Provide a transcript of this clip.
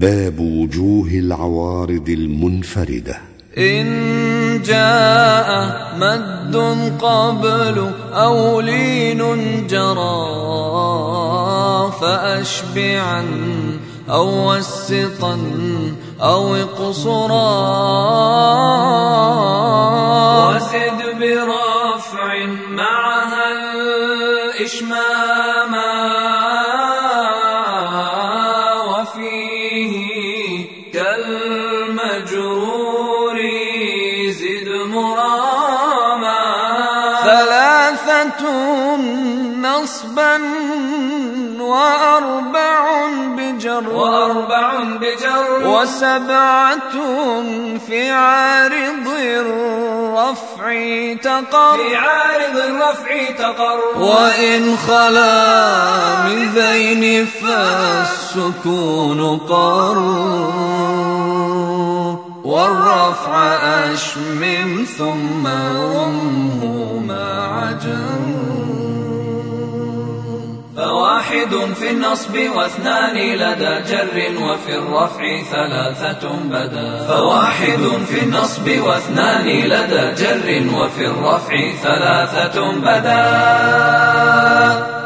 باب وجوه العوارض المنفردة. إن جاء مد قبل أو لين جرى فأشبعا أو وسطا أو اقصرا وسد برفع معها الإشماما وفيه كالمجرور زد مراما ثلاثة نصبا وأربع بجر وسبعة في عارض الرفع تقر وإن خلا من ذين فالسكون قر والرفع أشمم ثم رمه مع جر. فواحد في النصب واثنان لدى جر وفي الرفع ثلاثة بدا. فواحد في النصب واثنان لدى جر وفي الرفع ثلاثة بدا.